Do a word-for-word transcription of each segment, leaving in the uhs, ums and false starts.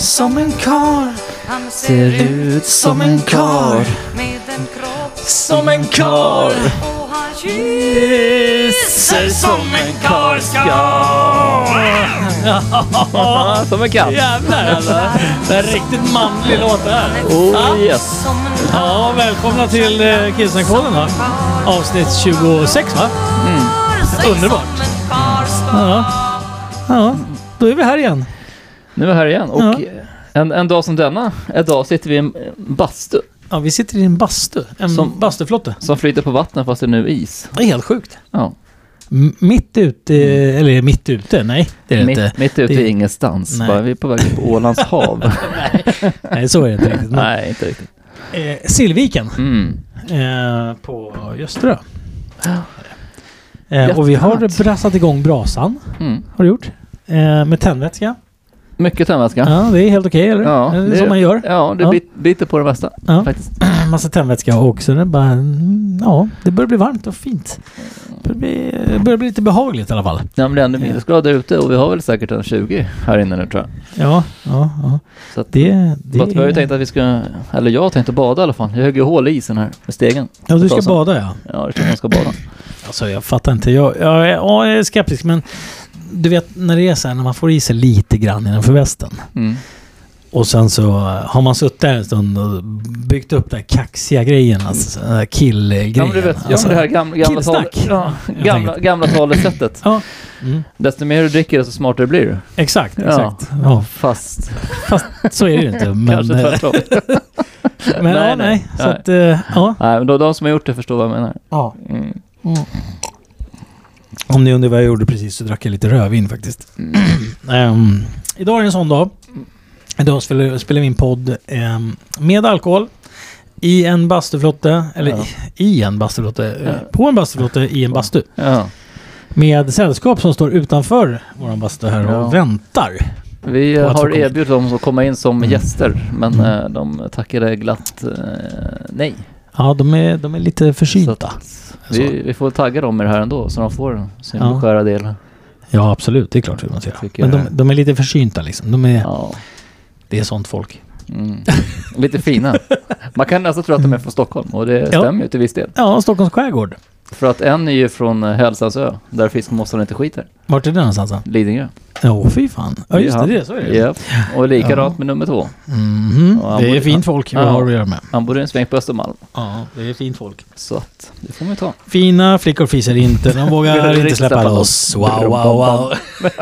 som en karl. Han ser ut som en karl. Med en kropp som en karl. Och han kysser som en karl ska. Som en katt. Jävlar alltså. Det är en riktigt manlig låt det här. Oh yes. Ja, välkomna till eh, Killsnack-podden då. Avsnitt tjugosex va? Mm. Underbart. Ja. Ja, då är vi här igen. Nu är vi här igen. Och ja. en, en dag som denna, idag sitter vi i en bastu. Ja, vi sitter i en bastu. En som, bastuflotte. Som flyter på vatten fast det är nu is. Det är helt sjukt. Ja. M- mitt ute, mm. eller mitt ute, nej det är det mitt, inte. Mitt ute det... är ingenstans. Bara vi är på väg på Ålands hav. nej. nej, så är det inte riktigt. Men, nej, inte riktigt. Eh, Silviken. Mm. Eh, på Gösterö. Eh, och vi har brassat igång brasan. Mm. Har du gjort? Eh, med tändvätska. Mycket tändvätska. Ja, det är helt okej, okay, eller? Ja, det är det, som man gör. Ja, det ja. Bit, biter på det mesta. Ja. Faktiskt. Massa tändvätska och så det bara, ja, det börjar bli varmt och fint. Det börjar bli, det börjar bli lite behagligt i alla fall. Ja, men det är ändå minusgrader ute och vi har väl säkert en tjugo här inne nu tror jag. Ja, ja, ja. Så att, det, det vi har ju tänkt att vi ska, eller jag har tänkt att bada i alla fall. Jag högg ju hål i isen här med stegen. Ja, du ska bada ja. Ja, det tror man ska bada. Alltså jag fattar inte, jag, jag, jag är skeptisk men du vet när det är så här, när man får i sig lite grann innanför västen. Mm. Och sen så har man suttit där en stund och byggt upp den kaxiga grejen, alltså kill-grejen. Ja, men du vet, ja, alltså, det här gamla, gamla, tal, ja, gamla, gamla talesättet. Ja. Mm. Desto mer du dricker desto smartare blir du. Exakt, exakt. Ja, ja. Fast. Fast så är det ju inte. Men, kanske tvärtom. men nej, ja, nej. nej. Så nej. Att, uh, ja. Nej, men då, de som har gjort det förstår vad jag menar. Ja. Mm. Mm. Om ni undrar vad jag gjorde precis så drack jag lite rödvin faktiskt. Mm. um, idag är det en sån dag. Idag spelar, spelar vi in podd um, med alkohol i en bastuflotte, eller ja. i, i en bastuflotte, ja. på en bastuflotte i en bastu. Ja. Med sällskap som står utanför våran bastu här och ja. väntar. Vi har erbjudit dem att komma in som mm. gäster, men mm. uh, de tackade glatt uh, nej. Ja, de är, de är lite försynta. Vi, vi får tagga dem med det här ändå så de får sin ja. skära del. Ja, absolut. Det är klart hur man ser. Men de, de är lite försynta liksom. De är, ja. Det är sånt folk. Mm. Lite fina. Man kan alltså tro att de är från Stockholm och det ja. stämmer ju till viss del. Ja, Stockholms skärgård. För att en är ju från Hälsansö där fiskmåsarna inte skiter. Vart är det någonstans då? Lidingö. Ja, oh, fy fan. Ja, just det, det så är det. Yep. Och likadant ja. med nummer två. Mm-hmm. Det är bodde, fint folk vi ja, har att göra med. Han bor i en sväng på Östermalm. Ja, det är fint folk. Så att, det får man ta. Fina flickor fiser inte. De vågar inte släppa loss. Wow, wow, wow.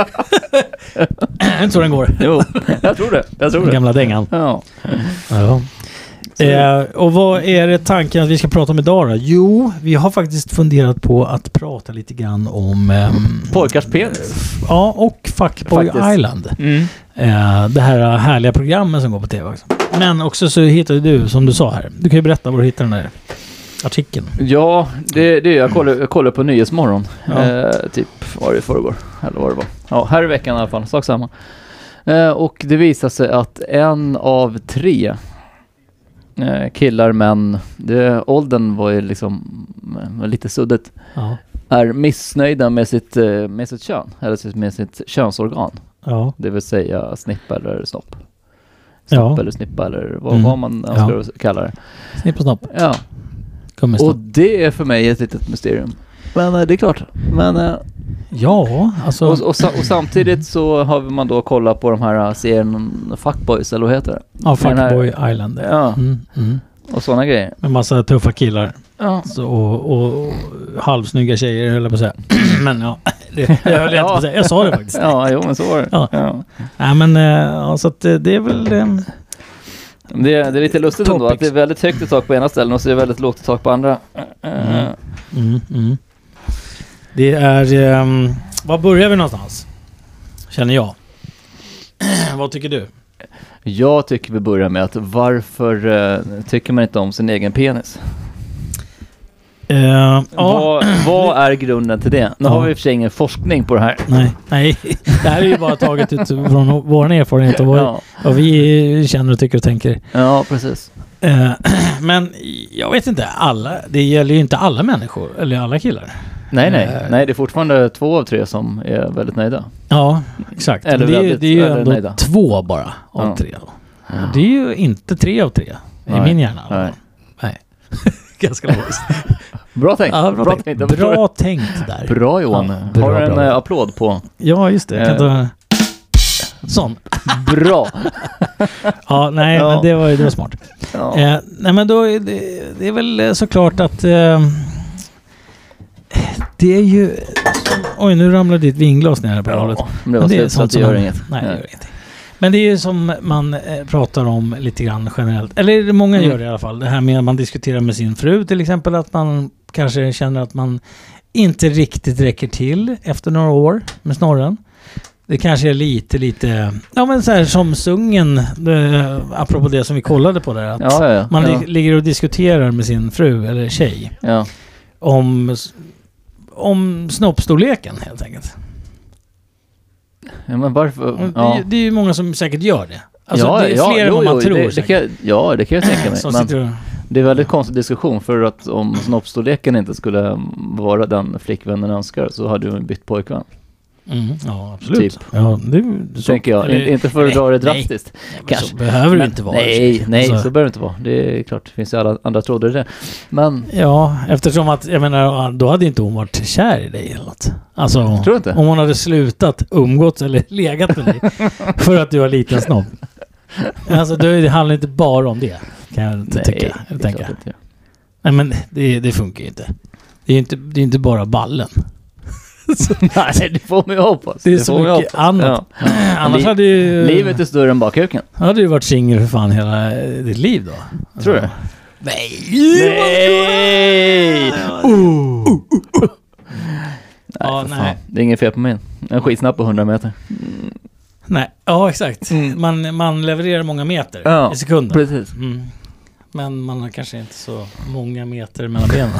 Inte så den går. Jo, jag tror det. Jag tror den det. Gamla dängan. Ja. Ja. Eh, och vad är det tanken att vi ska prata om idag då? Jo, vi har faktiskt funderat på att prata lite grann om eh, pojkars penis. Ja, och Fuckboy faktiskt. Island. Mm. Eh, det här härliga programmet som går på tv också. Men också så hittade du, som du sa här, du kan ju berätta var du hittar den där artikeln. Ja, det, det jag kollar, jag kollar på Nyhetsmorgon. Ja. Eh, typ var det förrgår, eller vad det var. Ja, här i veckan i alla fall, sak samma. Eh, och det visar sig att en av tre killar, men det, åldern var ju liksom var lite suddigt. Ja. Är missnöjda med sitt, med sitt kön, eller med sitt könsorgan. Ja. Det vill säga snipp eller snopp. Snopp ja. eller snippa eller vad, mm. vad man önskar ja. kalla det. Snipp och snopp. Ja. Och det är för mig ett litet mysterium. Men det är klart. Men ja, alltså och, och, och samtidigt så har man då kollat på de här serien Fuckboys, eller vad heter det? Ja, Fuckboy här, Island. Ja. Mm, mm. Och sådana grejer. Med massa tuffa killar. Ja. Så, och, och, och halvsnygga tjejer, höll jag på att säga. Men ja, det, jag höll ja. inte på att säga. Jag sa det faktiskt. Ja, jo, men så var det. Ja. Ja. Nej, men ja, så att det är väl um, det, är, det är lite lustigt ändå att det är väldigt högt i tak på ena ställen och så är det väldigt lågt i tak på andra. Mm. Mm, mm. Det är um, var börjar vi någonstans? Känner jag. Vad tycker du? Jag tycker vi börjar med att varför uh, tycker man inte om sin egen penis? Uh, vad, vad är grunden till det? Nu ja. har vi i och för sig ingen forskning på det här. Nej, nej. Det här är ju bara taget ut från vår erfarenhet och vad, ja. vad vi känner och tycker och tänker. Ja, precis. Uh, men jag vet inte, alla, det gäller ju inte alla människor eller alla killar. Nej, nej. Eh, Nej, det är fortfarande två av tre som är väldigt nöjda. Ja, exakt. Eller Men det, är, väldigt- det är ju eller ändå nöjda. två bara av Ja. tre. Då. Det är ju inte tre av tre i Nej. min hjärna. Nej. Nej. Ganska logiskt. Bra tänkt. Ja, bra, bra tänkt. tänkt. Jag förstår Bra tänkt där. det. Bra Johan. Ja, bra, Har du en bra. eh, applåd på? Ja, just det. Jag kan ta... Sån. Bra. Ja, nej, Ja. men det var, det var smart. Ja. Eh, nej, men då är det, det är väl eh, såklart att eh, det är ju... Oj, nu ramlade ditt vinglas ner här på hållet. Ja, men det var Men det är slut så att sånt det som gör man- inget. Nej, det gör ingenting. Men det är ju som man eh, pratar om lite grann generellt. Eller många Mm. gör det i alla fall. Det här med att man diskuterar med sin fru till exempel. Att man kanske känner att man inte riktigt räcker till efter några år med snorren. Det kanske är lite, lite... Ja, men så här som sungen. Det, apropå det som vi kollade på där. Att Ja, ja, ja. man ja. li- ligger och diskuterar med sin fru eller tjej. ja. Om, om snoppstorleken helt enkelt. Ja, men varför? Och Det, Ja. är- det är ju många som säkert gör det. Alltså ja, det är ja, fler än jo, vad man jo, tror. det, det säkert. kan, jag- Ja, det kan jag tänka mig. Som Men sitter och, det är väldigt konstig diskussion, för att om snoppstorleken inte skulle vara den flickvännen önskar, så hade du bytt pojkvän. mm, ja, absolut. Typ. Ja, det, så, Tänker jag. eller- inte för att dra det nej, drastiskt. nej, men kanske. Så behöver det Men- inte vara. Nej, nej, Alltså, så behöver det inte vara. Det är klart, det finns ju alla andra trådar i det. Men, Ja, eftersom att, jag menar, då hade inte hon varit kär i dig eller något. Alltså, tror du inte? om hon hade slutat umgått eller legat med dig för att du har liten snopp. Alltså, det handlar inte bara om det, kan jag inte nej, tycka. det Jag är tänker. klart inte. Nej, men det, det funkar ju inte. Det är inte, det är inte bara ballen. Nej, det får man ju hoppas. Det är så får man ju mycket hoppas. annat. Ja. Annars Li- hade ju... Livet är större än bakhuken. hade du varit singel för fan hela eh, ditt liv då. Alltså, Tror du? Nej! Nej! Oh. Nej, Ja, för nej. fan. Det är ingen fel på min. En skitsnabb på hundra meter. Nej, ja exakt. Mm. Man, man levererar många meter Ja, i sekunden. Precis. Mm. Men man har kanske inte så många meter mellan benen.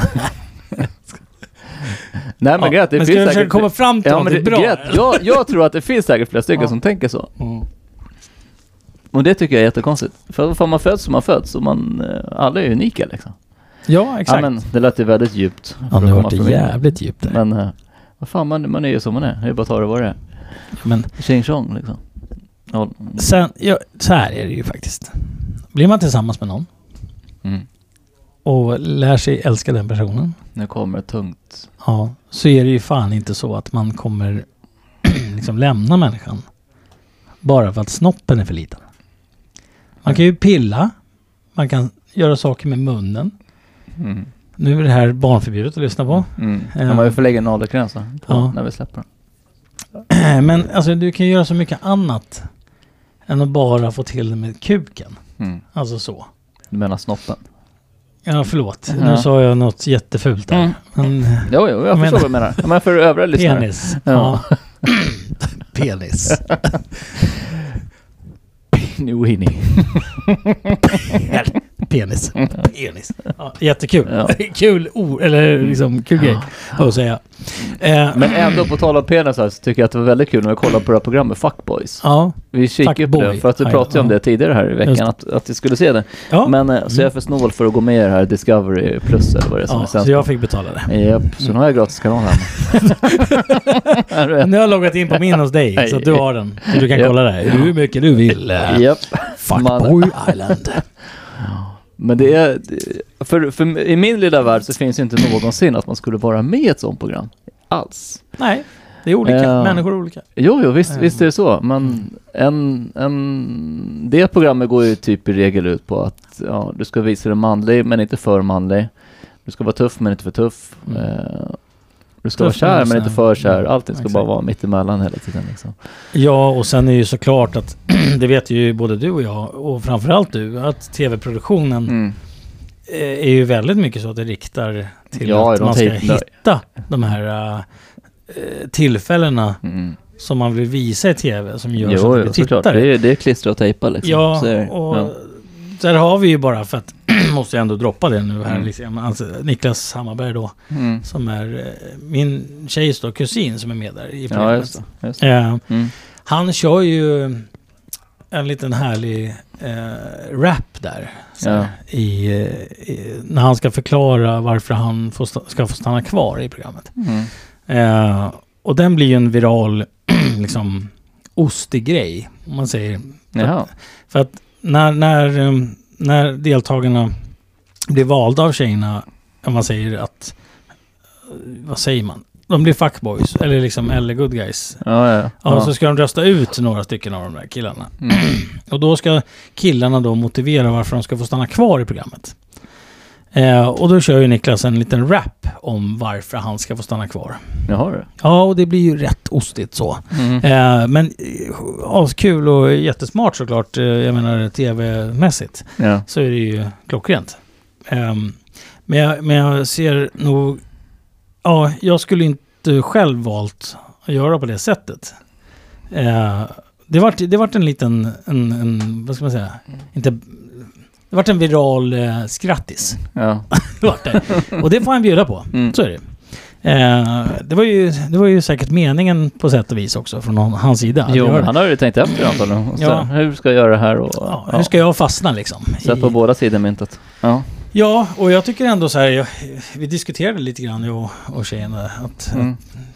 Nej, men Ja, grejt, det men ska finns vi försöka säkert... komma fram till Ja, något men det, bra? grejt, jag, jag tror att det finns säkert flera stycken Ja. som tänker så. Mm. Och det tycker jag är jättekonstigt. För för man föds som man föds, och man, eh, alla är unika liksom. Ja, exakt. Ja, men det lät ju väldigt djupt. för Ja, att nu har komma det från mig. jävligt djupt där. Men, eh, vad fan, man, man är ju som man är. Det är bara att ta det vad det är. Men Tjing tjong liksom. Ja. sen, ja, så här är det ju faktiskt. Blir man tillsammans med någon Mm. och lär sig älska den personen, Nu kommer det tungt. ja, så är det ju fan inte så att man kommer liksom lämna människan bara för att snoppen är för liten. Man kan ju pilla, man kan göra saker med munnen. Mm. Nu är det här barnförbjudet att lyssna på. Mm. Eh. Man har ju förlägga en åldersgräns på Ja. när vi släpper den. Men alltså du kan göra så mycket annat än att bara få till det med kuken. Mm. Alltså så. Du menar snoppen? Ja, förlåt. Ja. Nu sa jag något jättefult där. Mm. Men Jo, jo, jag Jag förstår menar- vad du menar. Men för övriga lyssnare. penis. Ja. Ja. Penis. New Winnie. Penis. Penis. Ja, jättekul. Ja. Kul ord, eller liksom kul grej att säga. Eh, Men ändå på tal om penisar så tycker jag att det var väldigt kul när vi kollade på det här programmet Fuckboys. ja. Vi kikade på Fuckboy. det för att vi Ja, pratade ju om ja. det tidigare här i Just veckan, det. att, att vi skulle se det. Ja. Men eh, så jag är för snål för att gå med i det här Discovery Plus eller vad det är som är ja, sen. så jag fick betala det. Japp, så nu har jag gratis kanal här. Ja, du vet. Nu har jag loggat in på min hos dig så att du har den. Så du kan Japp. kolla där hur mycket du vill. Japp. Fuckboy Island. Men det är, för, för i min lilla värld så finns det inte någonsin att man skulle vara med i ett sånt program. Alls. Nej, det är olika. Ja. Människor är olika. Jo, jo visst, Mm. visst är det så. Men en, en, det programmet går ju typ i regel ut på att ja, du ska visa dig manlig men inte för manlig. Du ska vara tuff men inte för tuff. Mm. Eh, du ska Tuff vara kär men men inte för kär. mm, Allting ska exakt. bara vara mitt emellan hela tiden. Liksom. Ja, och sen är ju såklart att det vet ju både du och jag och framförallt du att tv-produktionen Mm. eh, är ju väldigt mycket så att det riktar till Ja, att de man ska tejpar. hitta de här uh, tillfällena Mm. som man vill visa i tv som gör så Jo, att jo, vi såklart. tittar. Det är, det är klistra och tejpa liksom. Ja, Så är det. och Ja. där har vi ju bara för att måste jag ändå droppa det nu här Mm. liksom, alltså, Niklas Hammarberg då Mm. som är eh, min tjejs då kusin som är med där i Ja, programmet. just det. Just det. Eh, Mm. han kör ju en liten härlig eh, rap där. Så, Ja. i, i, när han ska förklara varför han får sta- ska få stanna kvar i programmet. Mm. Eh, och den blir ju en viral liksom ostig grej, om man säger. För Jaha. att, för att när, när, eh, när deltagarna blir valda av tjejerna, om man säger att, vad säger man? De blir fuckboys, eller liksom eller good guys. Ja, ja, Ja, ja. så ska de rösta ut några stycken av de där killarna. Mm. Och då ska killarna då motivera varför de ska få stanna kvar i programmet. Eh, och då kör ju Niklas en liten rap om varför han ska få stanna kvar. Jaha du. Ja, och det blir ju rätt ostigt så. Mm. Eh, men eh, askul och jättesmart såklart, eh, jag menar tv-mässigt, Ja. så är det ju klockrent. Eh, men, jag, men jag ser nog, ja, jag skulle inte själv valt att göra på det sättet. Eh, det vart det vart en liten, en, en, vad ska man säga, inte, det vart en viral eh, skrattis. Ja. Det vart det. Och det får han bjuda på, Mm. så är det. Eh, det, var ju, det var ju säkert meningen på sätt och vis också från någon, hans sida. att Jo, göra men det. han har ju tänkt efter antagligen. Och så, Ja. Hur ska jag göra det här? Och, Ja, hur ska jag fastna liksom? Sätt på I- båda sidor myntet. Ja. Ja, och jag tycker ändå så här, jag, vi diskuterade lite grann jag och, och tjejerna, att, Mm. att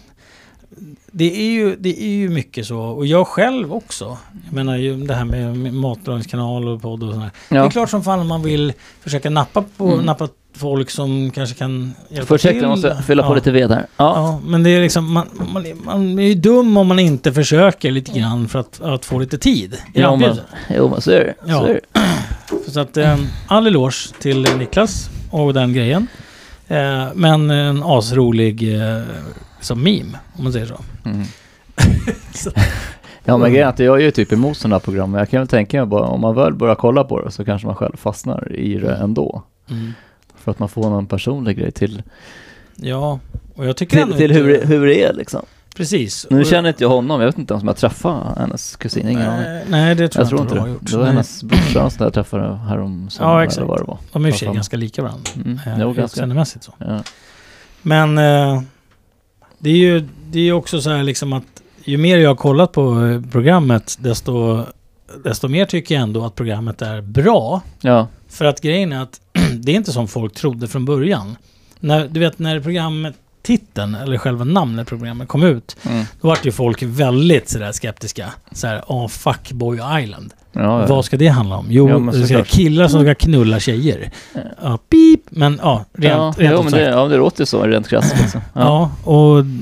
det, är ju, det är ju mycket så, och jag själv också. Jag menar ju det här med matlagningskanal och podd och sådär. Det är Ja. klart som fan man vill försöka nappa på Mm. nappa folk som kanske kan hjälpa Först till. jag måste fylla på Ja. lite ved här. Ja. Ja, men det är liksom, man, man, är- man är ju dum om man inte försöker lite grann för att, att få lite tid i Ja, men, rampljuset. jo, men så är det. Ja. Så är det. Så att eh, all eloge till Niklas och den grejen. Eh, men en asrolig eh, som meme, om man säger så. Mm. Så- Ja, men grejen är att jag är ju typ emot sådana här program. Men jag kan väl tänka mig bara, om man väl börjar kolla på det så kanske man själv fastnar i det ändå. Mm. För att man får någon personlig grej till, Ja, och jag tycker till, ändå till inte- hur, det- hur det är liksom. Precis. Nu Och- känner inte jag honom, jag vet inte ens om jag träffade hennes kusin. Ingen aning. nej, nej, det tror Jag jag, tror inte inte du har det. gjort. Det var Nej. hennes brorsa som jag träffade härom som Ja, eller exakt. vad det var. De är i och för sig Vad fan. ganska lika varandra. Mm. Eh, Jo, ganska. utseendemässigt så. Ja. Men eh, det är ju det är ju också så här liksom att ju mer jag har kollat på eh, programmet, desto, desto mer tycker jag ändå att programmet är bra. Ja. För att grejen är att det är inte som folk trodde från början. När, du vet när programmet, titeln eller själva namnet programmet kom ut, Mm. då var det ju folk väldigt sådär skeptiska. Såhär, åh, fuckboy island. Ja, ja. Vad ska det handla om? Jo, Ja, men det ska såklart. killar som ska knulla tjejer. Ja, pip, men ja, rent, ja, rent jo, ut men sagt. det, ja, det låter ju så rent krasst liksom. Ja. Ja, och eh,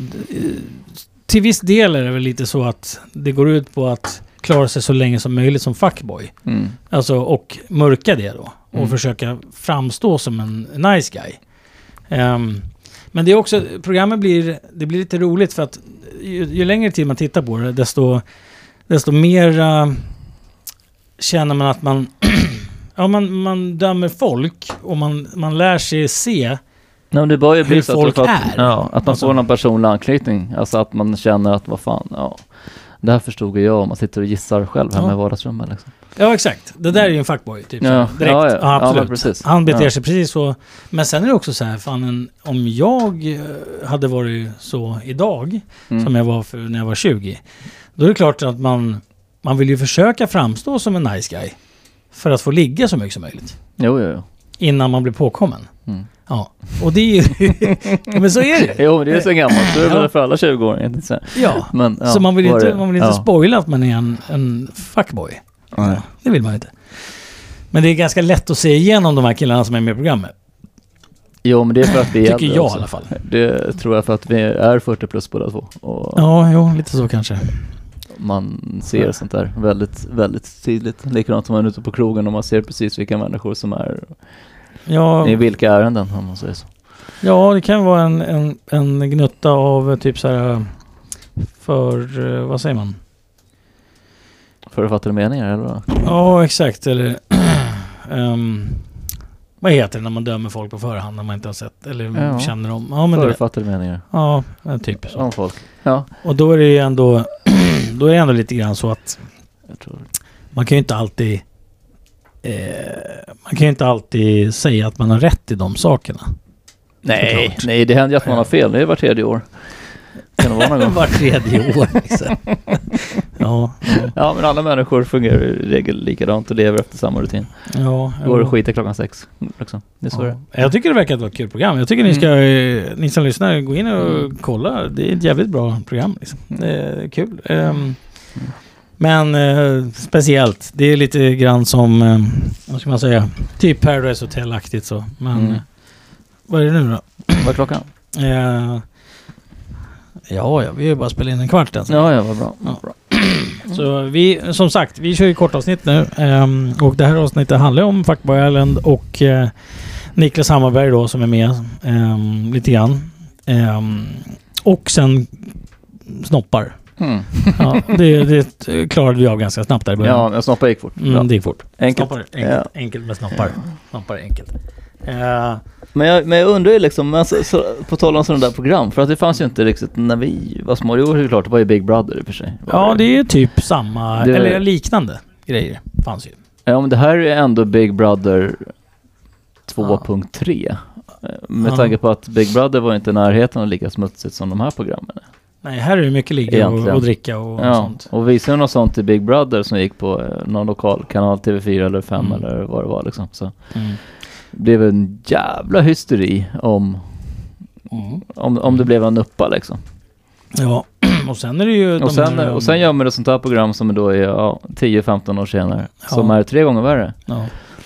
till viss del är det väl lite så att det går ut på att klara sig så länge som möjligt som fuckboy. Mm. Alltså, och mörka det då. Och Mm. försöka framstå som en nice guy. Ehm, men det är också, programmet blir, det blir lite roligt för att ju, ju längre tid man tittar på det, desto, desto mer uh, känner man att man, ja, man, man dömer folk och man, man lär sig se. Nej, men det bör ju bli Hur så folk att, är. Ja, att man Alltså- får någon personlig anknytning. Alltså att man känner att vad fan, ja. Det här förstod ju jag om man sitter och gissar själv hemma Ja. i vardagsrummet liksom. Ja, exakt. Det där är ju en fuckboy, typ. Ja, så här, direkt. ja, Ja, ja. Ja, absolut. men precis. Han beter Ja. sig precis så. Men sen är det också så här, fan, en, om jag eh, hade varit så idag, Mm. som jag var för när jag var tjugo, då är det klart att man, man vill ju försöka framstå som en nice guy. För att få ligga så mycket som möjligt. Jo, jo, jo. Innan man blir påkommen. Mm. Ja, och det är ju... ja, men så är det. Jo, det är så gammalt. Så är det Ja. väl för alla tjugo-åringar. inte så. Ja, Men, ja, så man vill var inte, det- man vill inte ja. spoila att man är en, en fuckboy. Nej. Det vill man inte. Men det är ganska lätt att se igenom de här killarna som är med i programmet. Jo, men det är för att vi är Tycker äldre jag också. i alla fall. Det tror jag för att vi är fyrtio plus båda två. Och Ja, jo, lite så kanske. man ser sånt där väldigt, väldigt tydligt. Likadant som man är ute på krogen och man ser precis vilka människor som är Ja, i vilka ärenden, om man säger så. ja det kan vara en, en, en gnutta av typ så här för, eh, vad säger man? Författade meningar, eller vad? Ja, exakt. Eller ehm, vad heter det när man dömer folk på förhand när man inte har sett eller Ja. känner dem? Ja, men du vet. Författade meningar. Ja, men typ så. Om folk. Ja, Och då är det ju ändå, då är det ändå lite grann så att jag tror man kan ju inte alltid eh, man kan ju inte alltid säga att man har rätt i de sakerna. Nej, Såklart. nej, det händer ju att man har fel. Det är var tredje år. Kan det vara någon gång? Var tredje år liksom. ja, ja. Ja, men alla människor fungerar i regel likadant och lever efter samma rutin. Ja, Går ja. och skiter klockan sex. Liksom. Det är så Ja. det. Jag tycker det verkar vara ett kul program. Jag tycker ni ska, mm. ni som lyssnar, gå in och Mm. kolla. Det är ett jävligt bra program. Liksom. Mm. Det är kul. Um, men uh, speciellt. Det är lite grann som, um, vad ska man säga, typ Paradise Hotel-aktigt så. Men Mm. uh, vad är det nu då? Vad är klockan? Uh, ja, ja, vi har ju bara spelat in en kvart än. Ja, ja, vad bra. Ja. bra. Så vi, som sagt, vi kör ju kortavsnitt nu. Um, och det här avsnittet handlar om Fuckboy Island och uh, Niklas Hammarberg då som är med um, lite grann. Um, och sen snoppar. Mm. Ja, det, det klarade vi av ganska snabbt där i början. Ja, men snoppar gick fort. Mm, det gick fort. Enkelt. Snoppar, enkelt, Ja. enkelt med snoppar. Snoppar enkelt. Uh, Men jag, men jag undrar ju liksom, alltså, så, på tal om sådana där program, för att det fanns ju inte riktigt när vi var små. Jo, det är klart, det var ju Big Brother i och för sig. ja, det är typ samma, Det- eller liknande grejer fanns ju. Ja, men det här är ändå Big Brother två punkt tre. Med Ja. tanke på att Big Brother var inte i närheten och lika smutsigt som de här programmen. Nej, här är det mycket ligga och, Egentligen. och dricka och Ja, sånt. och visade något sånt i Big Brother som gick på eh, någon lokal kanal, T V fyra eller fem Mm. eller vad det var liksom. Så Mm. det blev en jävla hysteri om, Mm. om, om det blev en uppa liksom. Ja, och sen är det ju... de Och sen, här, och sen gör man ett sånt här program som då är ja, tio femton år senare. Ja. Som är tre gånger värre. Ja.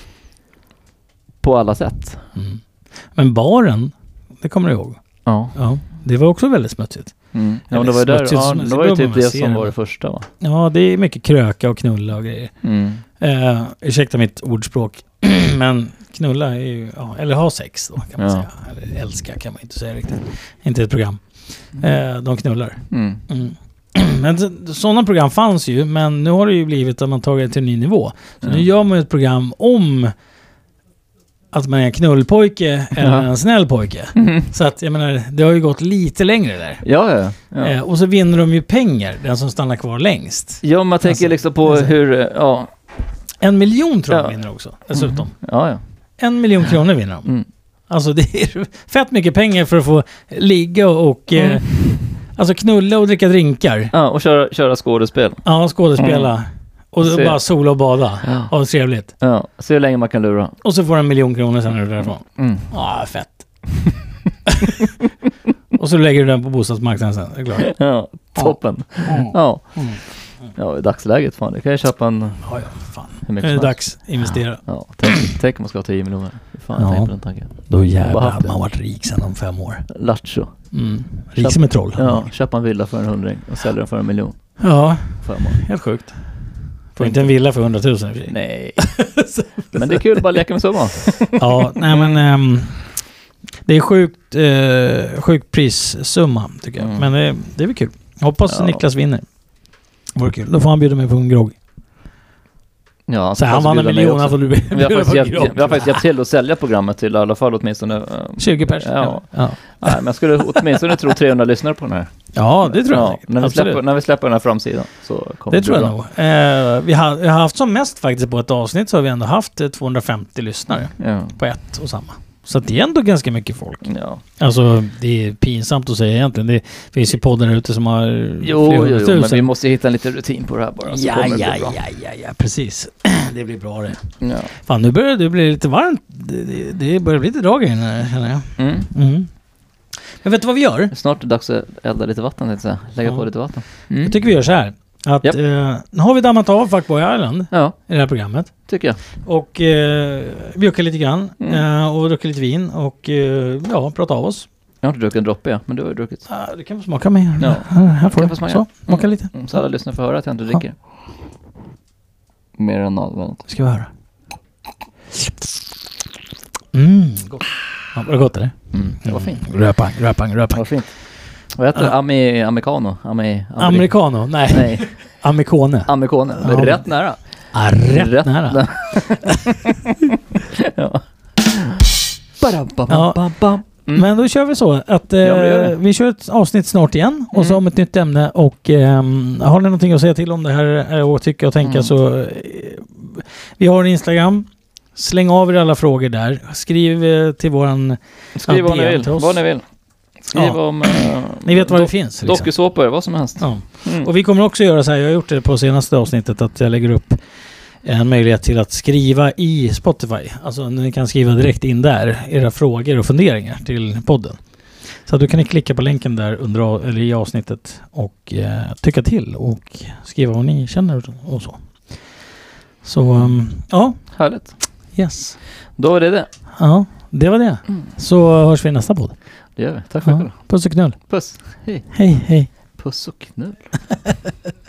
På alla sätt. Mm. Men baren, det kommer du ihåg? Ja. Ja, det var också väldigt smutsigt. Mm. Ja, Eller det var ju där, smutsigt, ja, smutsigt, det var ju det typ behöver man det se som det. var det första va? Ja, det är mycket kröka och knulla och grejer. Mm. Eh, ursäkta mitt ordspråk. Men knulla är ju... Ja, eller ha sex då kan man Ja. säga. Eller älska kan man inte säga riktigt. Inte ett program. Eh, de knullar. Mm. Mm. Men sådana program fanns ju, men nu har det ju blivit att man tagit det till en ny nivå. Så Mm. nu gör man ett program om att man är en knullpojke eller Ja. en snäll pojke. Mm. Så att jag menar, det har ju gått lite längre där. Ja, ja. Ja. Eh, och så vinner de ju pengar, den som stannar kvar längst. Ja, man tänker Alltså, liksom på alltså. hur, eh, ja, En miljon tror jag Ja. de vinner också, dessutom. ja, ja. En miljon kronor vinner de. Mm. Alltså det är fett mycket pengar för att få ligga och eh, Mm. alltså knulla och dricka drinkar. Ja, och köra, köra skådespel. Ja, skådespela. Mm. Och Se. bara sola och bada. Ja. Ha det trevligt. Ja, se hur länge man kan lura. Och så får du en miljon kronor sen är du därifrån. Mm. Ja, fett. Och så lägger du den på bostadsmarknaden sen, det är klart. Ja, toppen. Mm. Ja. Mm. Ja, i dagsläget fan, det kan jag köpa en Ja, ja, fan. hur Nu mycket är det som helst. dags investera. Ja, tänk, tänk om man ska ha tio miljoner. Hur fan, Ja. jag tänker på den tanken. Då Bara jävlar haft hade det. man varit rik sen om fem år. Lattjo. Mm. Rik Köp- som ett troll. Ja, köpa en villa för en hundring och sälja den för en miljon. Ja, Fem år. helt sjukt. Får inte en villa för hundratusen i och för sig. Nej. Men det är kul att bara leka med summan. Ja, nej men ehm, det är sjukt eh, sjuk prissumma tycker jag. Mm. Men det, det är väl kul. Jag hoppas Ja. Niklas vinner. Vore kul. Då får han bjuda mig på en grogg. Ja, Så han vann en miljon, han får du Vi har, bjuda faktiskt på en hjälpt, grogg. vi har faktiskt hjälpt till att sälja programmet till i alla fall åtminstone. eh, tjugo pers. Ja. Ja. Nej, men jag skulle åtminstone tro trehundra lyssnare på den här. Ja, det tror jag Ja, säkert. när, vi Absolut. släpper, när vi släpper den här framsidan så kommer Det tror jag bli nog. Eh, vi, har, vi har haft som mest faktiskt på ett avsnitt så har vi ändå haft eh, tvåhundrafemtio lyssnare bra. Ja. på ett och samma. Så att det är ändå ganska mycket folk. Ja. Alltså det är pinsamt att säga egentligen. Det finns ju poddar ute som har Jo, flera jo, jo, men hundratusen. vi måste hitta en liten rutin på det här bara. Så Ja, kommer det ja, bli bra. ja, ja, ja, precis. Det blir bra det. Ja. Fan, nu börjar det bli lite varmt. Det, det, det börjar bli lite drag i den här, känner jag. Mm. Mm. Men vet du vad vi gör? Snart är det dags att elda lite vatten, tänkte jag säga. Lägga Ja. på lite vatten. Mm. Jag tycker vi gör så här. Att, Japp. eh, nu har vi dammat av Fuckboy Island Ja, i det här programmet. tycker jag. Och eh, bjuckar lite grann. Mm. Eh, och druckit lite vin. Och eh, ja, prata av oss. Jag har inte druckit en droppe, ja, men du har ju druckit. Ah, du kan få smaka med. Ja. Här, här får Kan du. få smaka. Så, smaka Mm. lite. Mm, så alla lyssnare får höra att jag inte Ja. dricker. Mer än nödvändigt. Ska vi höra. Mm, gott. Ja, var det gott eller? Mm. Det var fint. Röpang, röpang, Det röpang. var fint. Vad heter det? Ja. Ami, americano? Ami, Ameri- Americano? Nej. Nej, Amerikone. americano. Ja. Rätt nära. Ah, rätt, Rätt nära. nä- ja. Ba-da-ba-ba-ba-ba. Mm. Men då kör vi så att eh, Ja, men det gör vi. vi kör ett avsnitt snart igen och så Mm. om ett nytt ämne och ehm, har ni någonting att säga till om det här eh, och tycka och tänka Mm. så eh, vi har en Instagram. Släng av er alla frågor där. Skriv eh, till våran Skriv Ja, vad ni D M vill. till oss. Vad ni vill. Skriva Ja. om... Eh, Ni vet var det do- finns. Liksom. Dokusåpor, vad som helst. Ja. Mm. Och vi kommer också göra så här, jag har gjort det på senaste avsnittet, att jag lägger upp en möjlighet till att skriva i Spotify. Alltså ni kan skriva direkt in där era frågor och funderingar till podden. Så då kan ni klicka på länken där under, eller i avsnittet och eh, tycka till och skriva vad ni känner och så. Så um, ja, Härligt. yes. Då är det det. Ja, det var det. Mm. Så hörs vi i nästa podd. Det gör vi. Tack för Ja. att du Puss och knull. Puss. Hej. Hej, hej. Puss och knull.